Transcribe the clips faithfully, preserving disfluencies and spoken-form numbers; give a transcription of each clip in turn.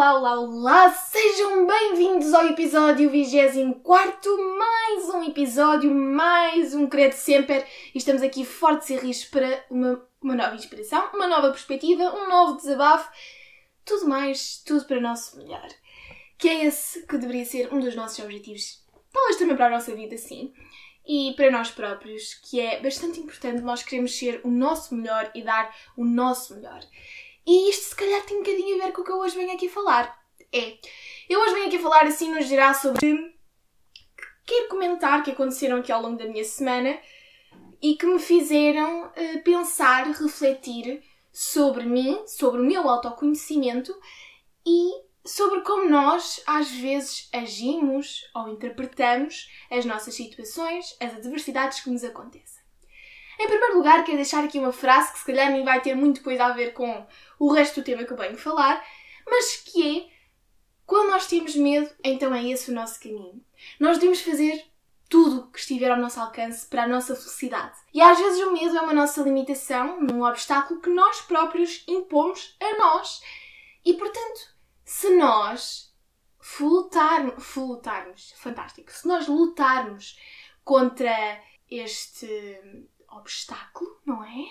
Olá, olá, olá! Sejam bem-vindos ao episódio vigésimo quarto, mais um episódio, mais um Credo Semper, e estamos aqui fortes e rijos para uma, uma nova inspiração, uma nova perspectiva, um novo desabafo, tudo mais, tudo para o nosso melhor, que é esse que deveria ser um dos nossos objetivos, talvez também para a nossa vida, sim, e para nós próprios, que é bastante importante nós queremos ser o nosso melhor e dar o nosso melhor. E isto se calhar tem um bocadinho a ver com o que eu hoje venho aqui falar. É, eu hoje venho aqui falar assim no geral sobre... Quero comentar que aconteceram aqui ao longo da minha semana e que me fizeram uh, pensar, refletir sobre mim, sobre o meu autoconhecimento e sobre como nós às vezes agimos ou interpretamos as nossas situações, as adversidades que nos acontecem. Em primeiro lugar, quero deixar aqui uma frase que se calhar nem vai ter muito coisa a ver com o resto do tema que eu venho falar, mas que é: quando nós temos medo, então é esse o nosso caminho. Nós devemos fazer tudo o que estiver ao nosso alcance para a nossa felicidade. E às vezes o medo é uma nossa limitação, um obstáculo que nós próprios impomos a nós. E portanto, se nós lutarmos, lutarmos, fantástico, se nós lutarmos contra este obstáculo, não é?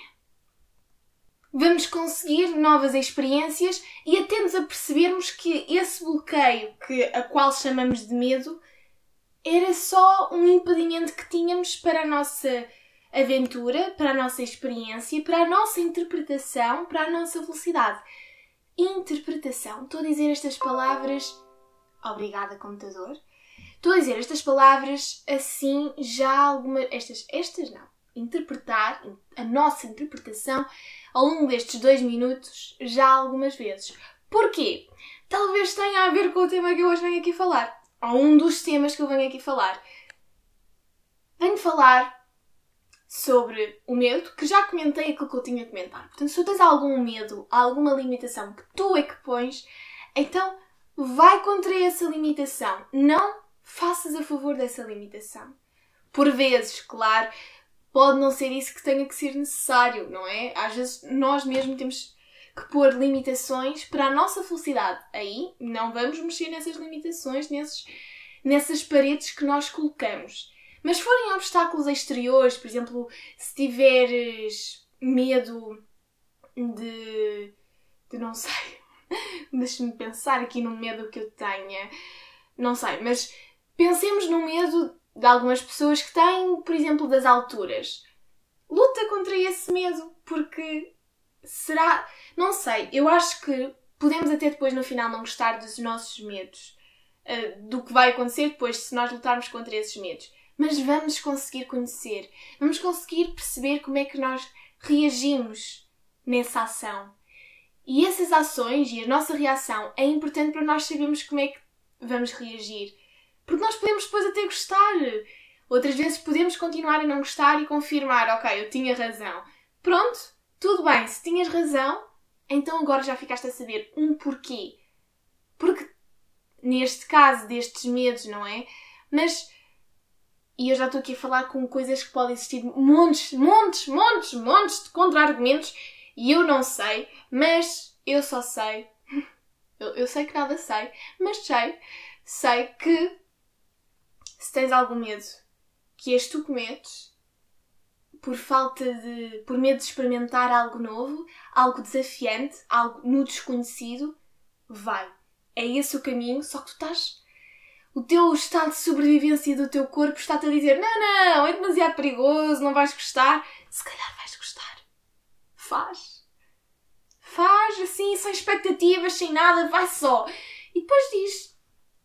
Vamos conseguir novas experiências e até nos apercebermos que esse bloqueio, que, a qual chamamos de medo, era só um impedimento que tínhamos para a nossa aventura, para a nossa experiência, para a nossa interpretação, para a nossa felicidade. Interpretação. Estou a dizer estas palavras... Obrigada, computador. Estou a dizer estas palavras assim já algumas... Estas, estas não. Interpretar, a nossa interpretação ao longo destes dois minutos já algumas vezes. Porquê? Talvez tenha a ver com o tema que eu hoje venho aqui falar. Ou um dos temas que eu venho aqui falar. Venho falar sobre o medo, que já comentei aquilo que eu tinha a comentar. Portanto, se tu tens algum medo, alguma limitação que tu é que pões, então vai contra essa limitação. Não faças a favor dessa limitação. Por vezes, claro, pode não ser isso que tenha que ser necessário, não é? Às vezes nós mesmos temos que pôr limitações para a nossa felicidade. Aí não vamos mexer nessas limitações, nesses, nessas paredes que nós colocamos. Mas se forem obstáculos exteriores, por exemplo, se tiveres medo de... de não sei... Deixa-me pensar aqui no medo que eu tenha. Não sei, mas pensemos no medo de algumas pessoas que têm, por exemplo, das alturas. Luta contra esse medo, porque será... Não sei, eu acho que podemos até depois no final não gostar dos nossos medos, do que vai acontecer depois se nós lutarmos contra esses medos. Mas vamos conseguir conhecer, vamos conseguir perceber como é que nós reagimos nessa ação. E essas ações e a nossa reação é importante para nós sabermos como é que vamos reagir. Porque nós podemos depois até gostar. Outras vezes podemos continuar a não gostar e confirmar: ok, eu tinha razão. Pronto, tudo bem, se tinhas razão, então agora já ficaste a saber um porquê. Porque neste caso destes medos, não é? Mas, e eu já estou aqui a falar com coisas que podem existir montes, montes, montes, montes de contra-argumentos e eu não sei, mas eu só sei, eu, eu sei que nada sei, mas sei, sei que se tens algum medo que és tu que metes, por falta de... por medo de experimentar algo novo, algo desafiante, algo no desconhecido, vai. É esse o caminho, só que tu estás... O teu estado de sobrevivência do teu corpo está-te a dizer: não, não, é demasiado perigoso, não vais gostar. Se calhar vais gostar. Faz. Faz assim, sem expectativas, sem nada, vai só. E depois diz...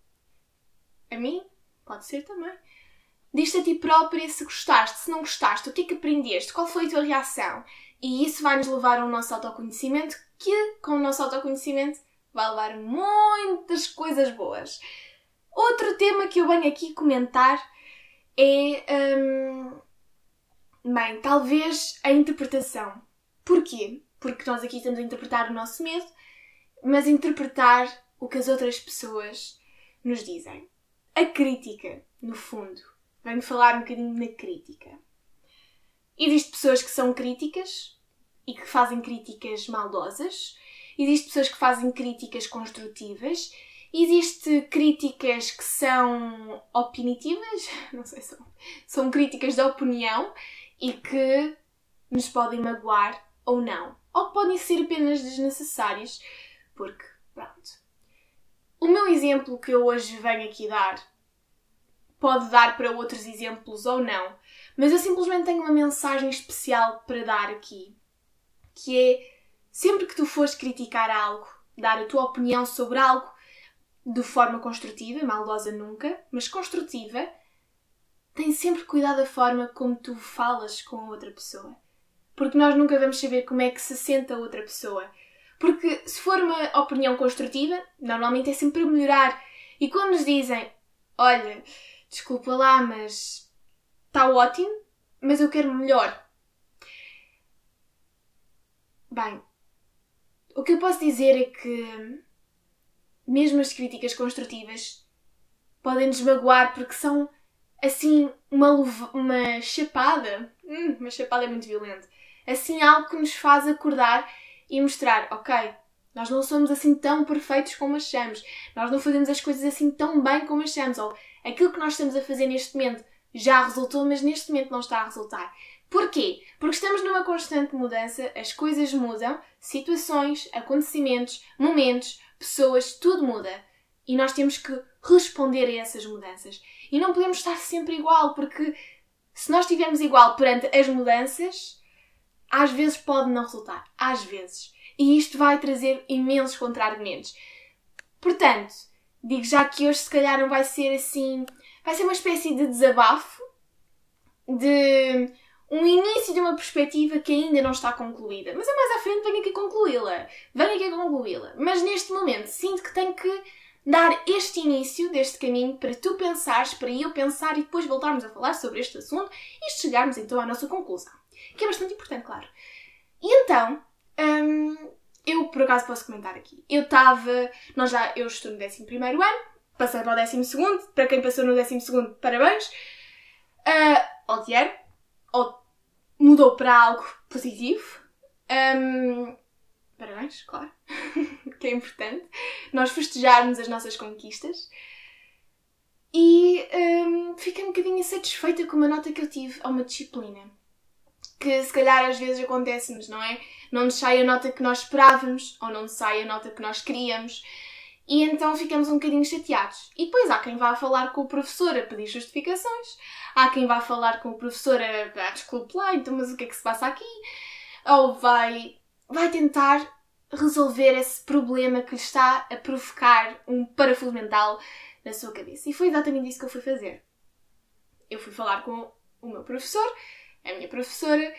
A mim? Pode ser também. Diz-te a ti própria se gostaste, se não gostaste, o que é que aprendeste, qual foi a tua reação. E isso vai nos levar ao nosso autoconhecimento, que com o nosso autoconhecimento vai levar muitas coisas boas. Outro tema que eu venho aqui comentar é... Hum, bem, talvez a interpretação. Porquê? Porque nós aqui estamos a interpretar o nosso medo, mas interpretar o que as outras pessoas nos dizem. A crítica, no fundo. Venho falar um bocadinho na crítica. Existem pessoas que são críticas e que fazem críticas maldosas. Existem pessoas que fazem críticas construtivas. Existem críticas que são opinativas, não sei se são, são críticas de opinião e que nos podem magoar ou não. Ou que podem ser apenas desnecessárias, porque, pronto. O meu exemplo que eu hoje venho aqui dar pode dar para outros exemplos ou não, mas eu simplesmente tenho uma mensagem especial para dar aqui, que é, sempre que tu fores criticar algo, dar a tua opinião sobre algo, de forma construtiva, maldosa nunca, mas construtiva, tem sempre cuidado da forma como tu falas com a outra pessoa. Porque nós nunca vamos saber como é que se sente a outra pessoa. Porque se for uma opinião construtiva, normalmente é sempre para melhorar. E quando nos dizem, olha, desculpa lá, mas está ótimo, mas eu quero melhor. Bem, o que eu posso dizer é que mesmo as críticas construtivas podem nos magoar porque são, assim, uma, uma chapada. Hum, uma chapada é muito violento. Assim, algo que nos faz acordar e mostrar, ok, nós não somos assim tão perfeitos como achamos. Nós não fazemos as coisas assim tão bem como achamos. Ou aquilo que nós estamos a fazer neste momento já resultou, mas neste momento não está a resultar. Porquê? Porque estamos numa constante mudança, as coisas mudam, situações, acontecimentos, momentos, pessoas, tudo muda. E nós temos que responder a essas mudanças. E não podemos estar sempre igual, porque se nós estivermos igual perante as mudanças, às vezes pode não resultar. Às vezes. E isto vai trazer imensos contra-argumentos. Portanto, digo já que hoje se calhar não vai ser assim... Vai ser uma espécie de desabafo, de um início de uma perspectiva que ainda não está concluída. Mas eu mais à frente venho aqui concluí-la. Venho aqui concluí-la. Mas neste momento sinto que tenho que dar este início deste caminho para tu pensares, para eu pensar e depois voltarmos a falar sobre este assunto e chegarmos então à nossa conclusão. Que é bastante importante, claro. E então, hum, eu por acaso posso comentar aqui. Eu estava... Nós já... Eu estou no décimo primeiro ano, passei para o décimo segundo. Para quem passou no décimo segundo, parabéns. Uh, ou dinheiro. Ou mudou para algo positivo. Um, parabéns, claro. Que é importante. Nós festejarmos as nossas conquistas. E um, fiquei um bocadinho insatisfeita com uma nota que eu tive a uma disciplina. Que se calhar às vezes acontece-nos, não é? Não nos sai a nota que nós esperávamos, ou não nos sai a nota que nós queríamos, e então ficamos um bocadinho chateados. E depois há quem vá falar com o professor a pedir justificações, há quem vá falar com o professor a, a desculpe lá, então mas o que é que se passa aqui? Ou vai, vai tentar resolver esse problema que lhe está a provocar um parafuso mental na sua cabeça. E foi exatamente isso que eu fui fazer. Eu fui falar com o meu professor, a minha professora,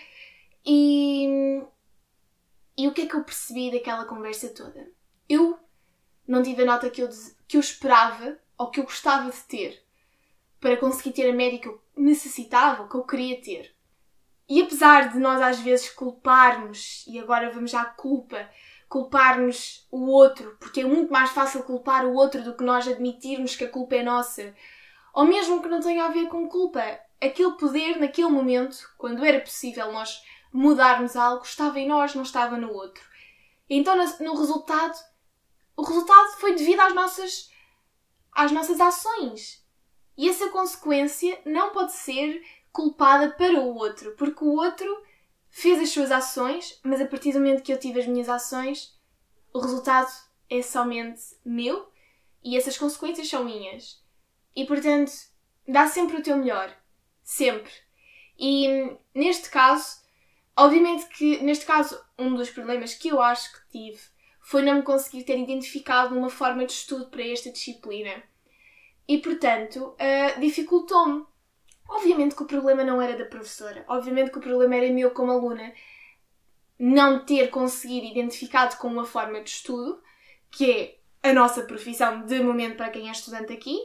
e, e o que é que eu percebi daquela conversa toda? Eu não tive a nota que eu, que eu esperava ou que eu gostava de ter para conseguir ter a média que eu necessitava, ou que eu queria ter. E apesar de nós às vezes culparmos, e agora vamos já à culpa, culparmos o outro, porque é muito mais fácil culpar o outro do que nós admitirmos que a culpa é nossa, ou mesmo que não tenha a ver com culpa, aquele poder naquele momento, quando era possível nós mudarmos algo, estava em nós, não estava no outro. E então no resultado, o resultado foi devido às nossas, às nossas ações. E essa consequência não pode ser culpada para o outro, porque o outro fez as suas ações, mas a partir do momento que eu tive as minhas ações, o resultado é somente meu e essas consequências são minhas. E portanto, dá sempre o teu melhor. Sempre. E neste caso, obviamente que neste caso, um dos problemas que eu acho que tive foi não me conseguir ter identificado uma forma de estudo para esta disciplina. E portanto, uh, dificultou-me. Obviamente que o problema não era da professora. Obviamente que o problema era meu como aluna. Não ter conseguido identificado com uma forma de estudo, que é a nossa profissão de momento para quem é estudante aqui.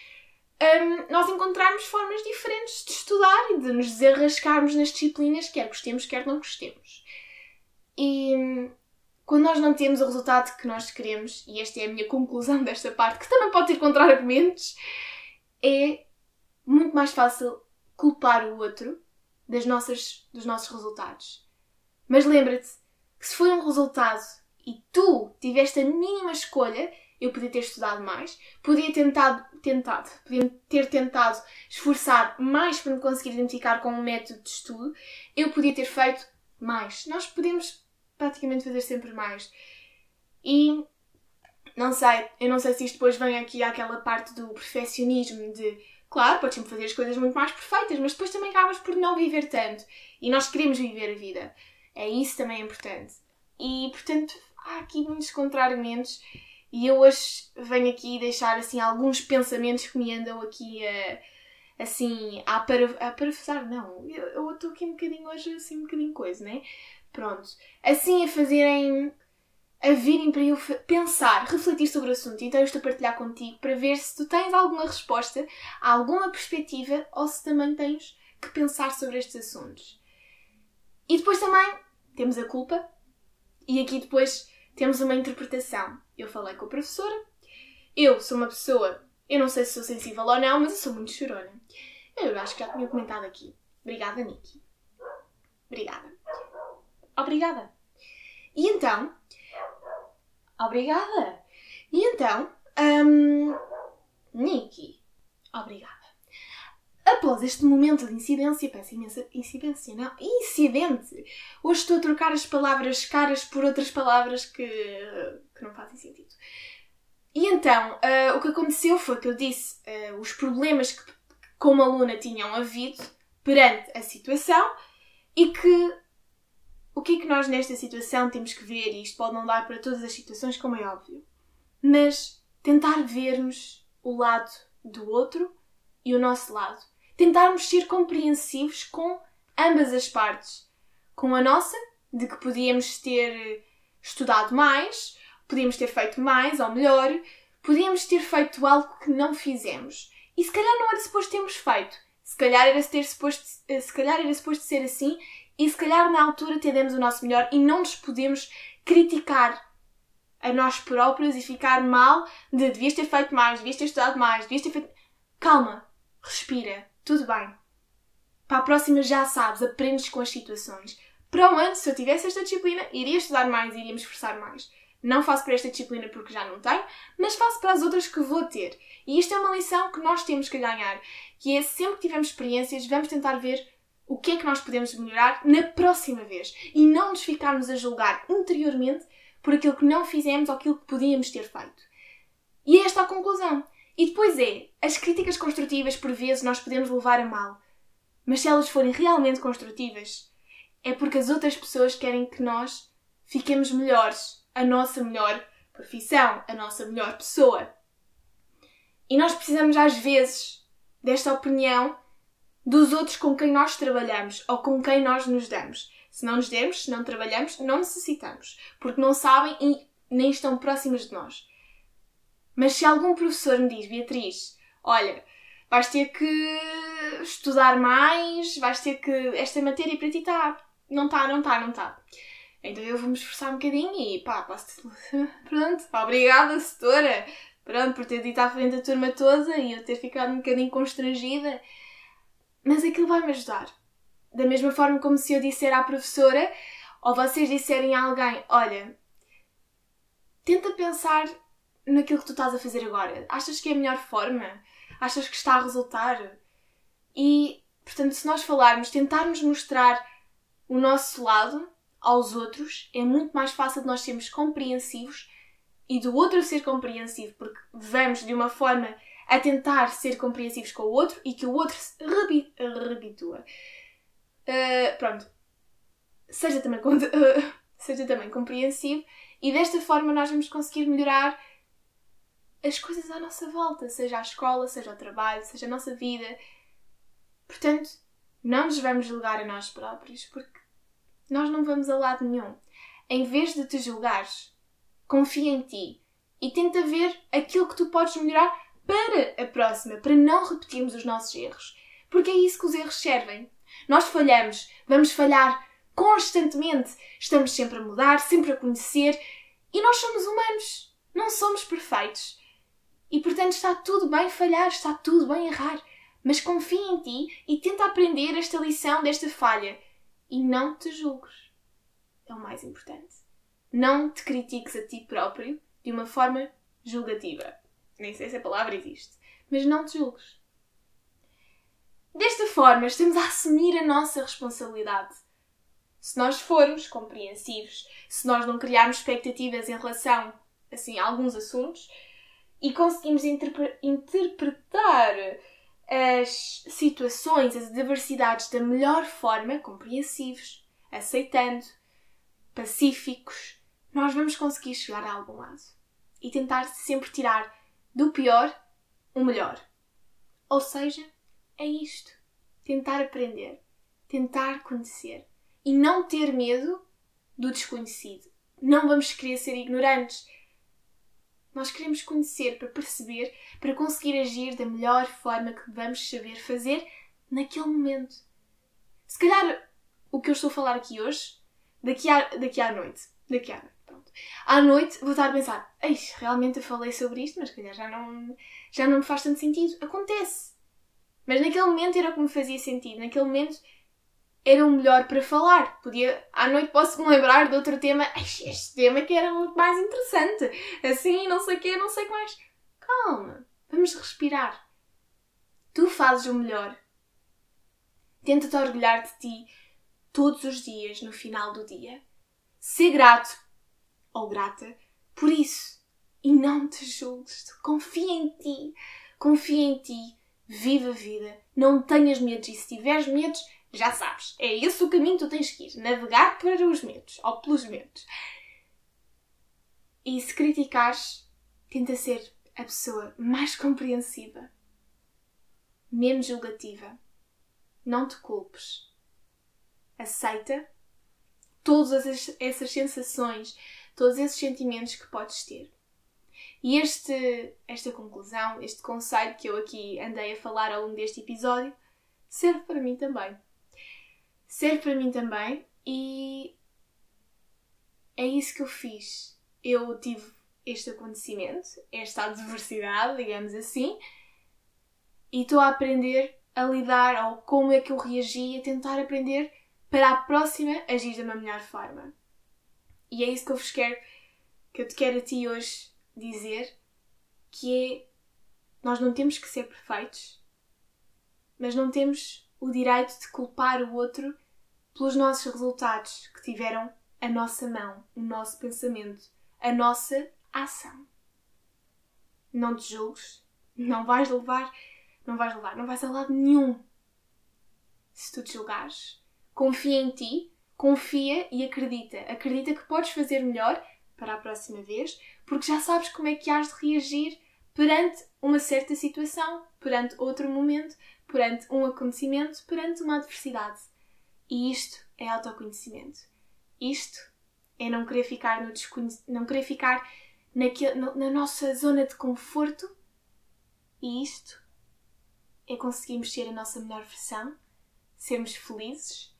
Um, nós encontrarmos formas diferentes de estudar e de nos desenrascarmos nas disciplinas, quer gostemos, quer não gostemos. E quando nós não temos o resultado que nós queremos, e esta é a minha conclusão desta parte, que também pode ter contra-argumentos, é muito mais fácil culpar o outro das nossas, dos nossos resultados. Mas lembra-te que se foi um resultado e tu tiveste a mínima escolha, eu podia ter estudado mais, podia tentado, tentado, podia ter tentado esforçar mais para me conseguir identificar com um método de estudo, eu podia ter feito mais. Nós podemos praticamente fazer sempre mais. E não sei, eu não sei se isto depois vem aqui àquela parte do perfeccionismo de, claro, podes sempre fazer as coisas muito mais perfeitas, mas depois também acabas por não viver tanto. E nós queremos viver a vida. É isso também importante. E, portanto, há aqui muitos contrariamentos e eu hoje venho aqui deixar, assim, alguns pensamentos que me andam aqui a, assim, a, para, a parafusar. Não, eu estou aqui um bocadinho hoje, assim, um bocadinho coisa, né? Pronto. Assim, a fazerem, a virem para eu pensar, refletir sobre o assunto. Então eu estou a partilhar contigo para ver se tu tens alguma resposta, alguma perspectiva ou se também tens que pensar sobre estes assuntos. E depois também temos a culpa e aqui depois temos uma interpretação. Eu falei com a professora, eu sou uma pessoa, eu não sei se sou sensível ou não, mas eu sou muito chorona. Eu acho que já tinha comentado aqui. Obrigada, Niki. Obrigada. Obrigada. E então... Obrigada. E então... Hum, Niki. Obrigada. Após este momento de incidência, peço imensa incidência, não, incidente, hoje estou a trocar as palavras caras por outras palavras que, que não fazem sentido. E então, uh, o que aconteceu foi que eu disse uh, os problemas que como aluna tinham havido perante a situação e que o que é que nós nesta situação temos que ver, e isto pode não dar para todas as situações, como é óbvio, mas tentar vermos o lado do outro e o nosso lado. Tentarmos ser compreensivos com ambas as partes. Com a nossa, de que podíamos ter estudado mais, podíamos ter feito mais ou melhor, podíamos ter feito algo que não fizemos. E se calhar não era suposto termos feito. Se calhar era, ter suposto, se calhar era suposto ser assim e se calhar na altura até o nosso melhor e não nos podemos criticar a nós próprios e ficar mal de devias ter feito mais, devias ter estudado mais, devias ter feito... Calma, respira. Tudo bem. Para a próxima já sabes, aprendes com as situações. Para o ano, se eu tivesse esta disciplina, iria estudar mais, iria me esforçar mais. Não faço para esta disciplina porque já não tenho, mas faço para as outras que vou ter. E isto é uma lição que nós temos que ganhar, que é sempre que tivermos experiências, vamos tentar ver o que é que nós podemos melhorar na próxima vez. E não nos ficarmos a julgar interiormente por aquilo que não fizemos ou aquilo que podíamos ter feito. E é esta a conclusão. E depois é, as críticas construtivas por vezes nós podemos levar a mal. Mas se elas forem realmente construtivas, é porque as outras pessoas querem que nós fiquemos melhores. A nossa melhor profissão, a nossa melhor pessoa. E nós precisamos às vezes desta opinião dos outros com quem nós trabalhamos ou com quem nós nos damos. Se não nos dermos, se não trabalhamos, não necessitamos. Porque não sabem e nem estão próximas de nós. Mas se algum professor me diz, Beatriz, olha, vais ter que estudar mais, vais ter que... Esta matéria para ti está... Não está, não está, não está. Então eu vou-me esforçar um bocadinho e pá, posso... Pronto, obrigada, setora. Pronto, por ter dito à frente da turma toda e eu ter ficado um bocadinho constrangida. Mas aquilo vai-me ajudar. Da mesma forma como se eu disser à professora, ou vocês disserem a alguém, olha, tenta pensar... naquilo que tu estás a fazer agora. Achas que é a melhor forma? Achas que está a resultar? E, portanto, se nós falarmos, tentarmos mostrar o nosso lado aos outros, é muito mais fácil de nós sermos compreensivos e do outro ser compreensivo, porque vamos de uma forma a tentar ser compreensivos com o outro e que o outro se rebi- rebitua. Uh, pronto. Seja também, uh, seja também compreensivo e desta forma nós vamos conseguir melhorar as coisas à nossa volta, seja a escola, seja o trabalho, seja a nossa vida. Portanto, não nos vamos julgar a nós próprios, porque nós não vamos a lado nenhum. Em vez de te julgares, confia em ti e tenta ver aquilo que tu podes melhorar para a próxima, para não repetirmos os nossos erros. Porque é isso que os erros servem. Nós falhamos, vamos falhar constantemente, estamos sempre a mudar, sempre a conhecer e nós somos humanos, não somos perfeitos. E, portanto, está tudo bem falhar, está tudo bem errar. Mas confia em ti e tenta aprender esta lição desta falha. E não te julgues. É o mais importante. Não te critiques a ti próprio de uma forma julgativa. Nem sei se a palavra existe. Mas não te julgues. Desta forma, estamos a assumir a nossa responsabilidade. Se nós formos compreensivos, se nós não criarmos expectativas em relação assim, a alguns assuntos e conseguimos interpre- interpretar as situações, as adversidades da melhor forma, compreensivos, aceitando, pacíficos, nós vamos conseguir chegar a algum lado e tentar sempre tirar do pior o melhor. Ou seja, é isto. Tentar aprender, tentar conhecer e não ter medo do desconhecido. Não vamos querer ser ignorantes. Nós queremos conhecer para perceber, para conseguir agir da melhor forma que vamos saber fazer naquele momento. Se calhar o que eu estou a falar aqui hoje, daqui à, daqui à noite, daqui à noite, pronto. À noite vou estar a pensar, ei, realmente eu falei sobre isto, mas se calhar já não, já não me faz tanto sentido. Acontece. Mas naquele momento era o que me fazia sentido. Naquele momento era o melhor para falar. Podia, à noite posso-me lembrar de outro tema. Este tema que era muito mais interessante. Assim, não sei o quê, não sei o que mais. Calma. Vamos respirar. Tu fazes o melhor. Tenta-te orgulhar de ti todos os dias, no final do dia. Ser grato ou grata por isso. E não te julgues. Confia em ti. Confia em ti. Viva a vida. Não tenhas medos. E se tiveres medos, já sabes. É esse o caminho que tu tens que ir. Navegar para os medos. Ou pelos medos. E se criticares, tenta ser a pessoa mais compreensiva. Menos julgativa. Não te culpes. Aceita todas essas sensações, todos esses sentimentos que podes ter. E este, esta conclusão, este conceito que eu aqui andei a falar ao longo deste episódio, serve para mim também. Serve para mim também e é isso que eu fiz. Eu tive este acontecimento, esta adversidade, digamos assim, e estou a aprender a lidar, ou como é que eu reagi, a tentar aprender para a próxima agir da melhor forma. E é isso que eu vos quero, que eu te quero a ti hoje dizer, que é, nós não temos que ser perfeitos, mas não temos o direito de culpar o outro pelos nossos resultados que tiveram a nossa mão, o nosso pensamento, a nossa ação. Não te julgues, não vais levar, não vais levar, não vais a lado nenhum se tu te julgares. Confia em ti, confia e acredita. Acredita que podes fazer melhor para a próxima vez, porque já sabes como é que has de reagir perante uma certa situação, perante outro momento, perante um acontecimento, perante uma adversidade. E isto é autoconhecimento. Isto é não querer ficar, no desconhe... não querer ficar naquele... na nossa zona de conforto. E isto é conseguirmos ser a nossa melhor versão, sermos felizes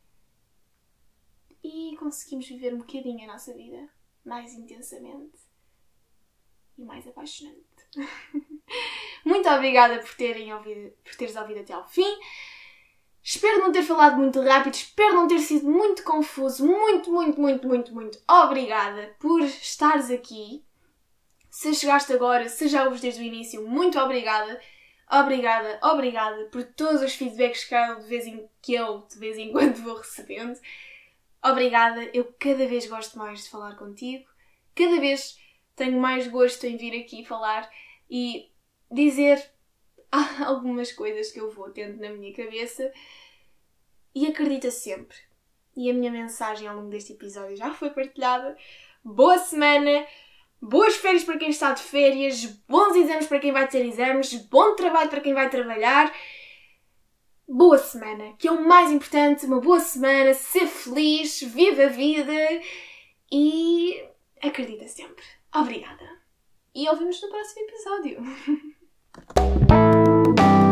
e conseguimos viver um bocadinho a nossa vida mais intensamente e mais apaixonante. Muito obrigada por, terem ouvido, por teres ouvido até ao fim. Espero não ter falado muito rápido, espero não ter sido muito confuso. Muito, muito, muito, muito, muito obrigada por estares aqui. Se chegaste agora, se já ouves desde o início, muito obrigada. Obrigada, obrigada por todos os feedbacks que eu de vez em, que eu de vez em quando vou recebendo. Obrigada, eu cada vez gosto mais de falar contigo. Cada vez tenho mais gosto em vir aqui falar e dizer algumas coisas que eu vou tendo na minha cabeça. E acredita sempre. E a minha mensagem ao longo deste episódio já foi partilhada. Boa semana! Boas férias para quem está de férias, bons exames para quem vai ter exames, bom trabalho para quem vai trabalhar. Boa semana, que é o mais importante, uma boa semana, ser feliz, viva a vida e acredita sempre. Obrigada. E ouvimos no próximo episódio.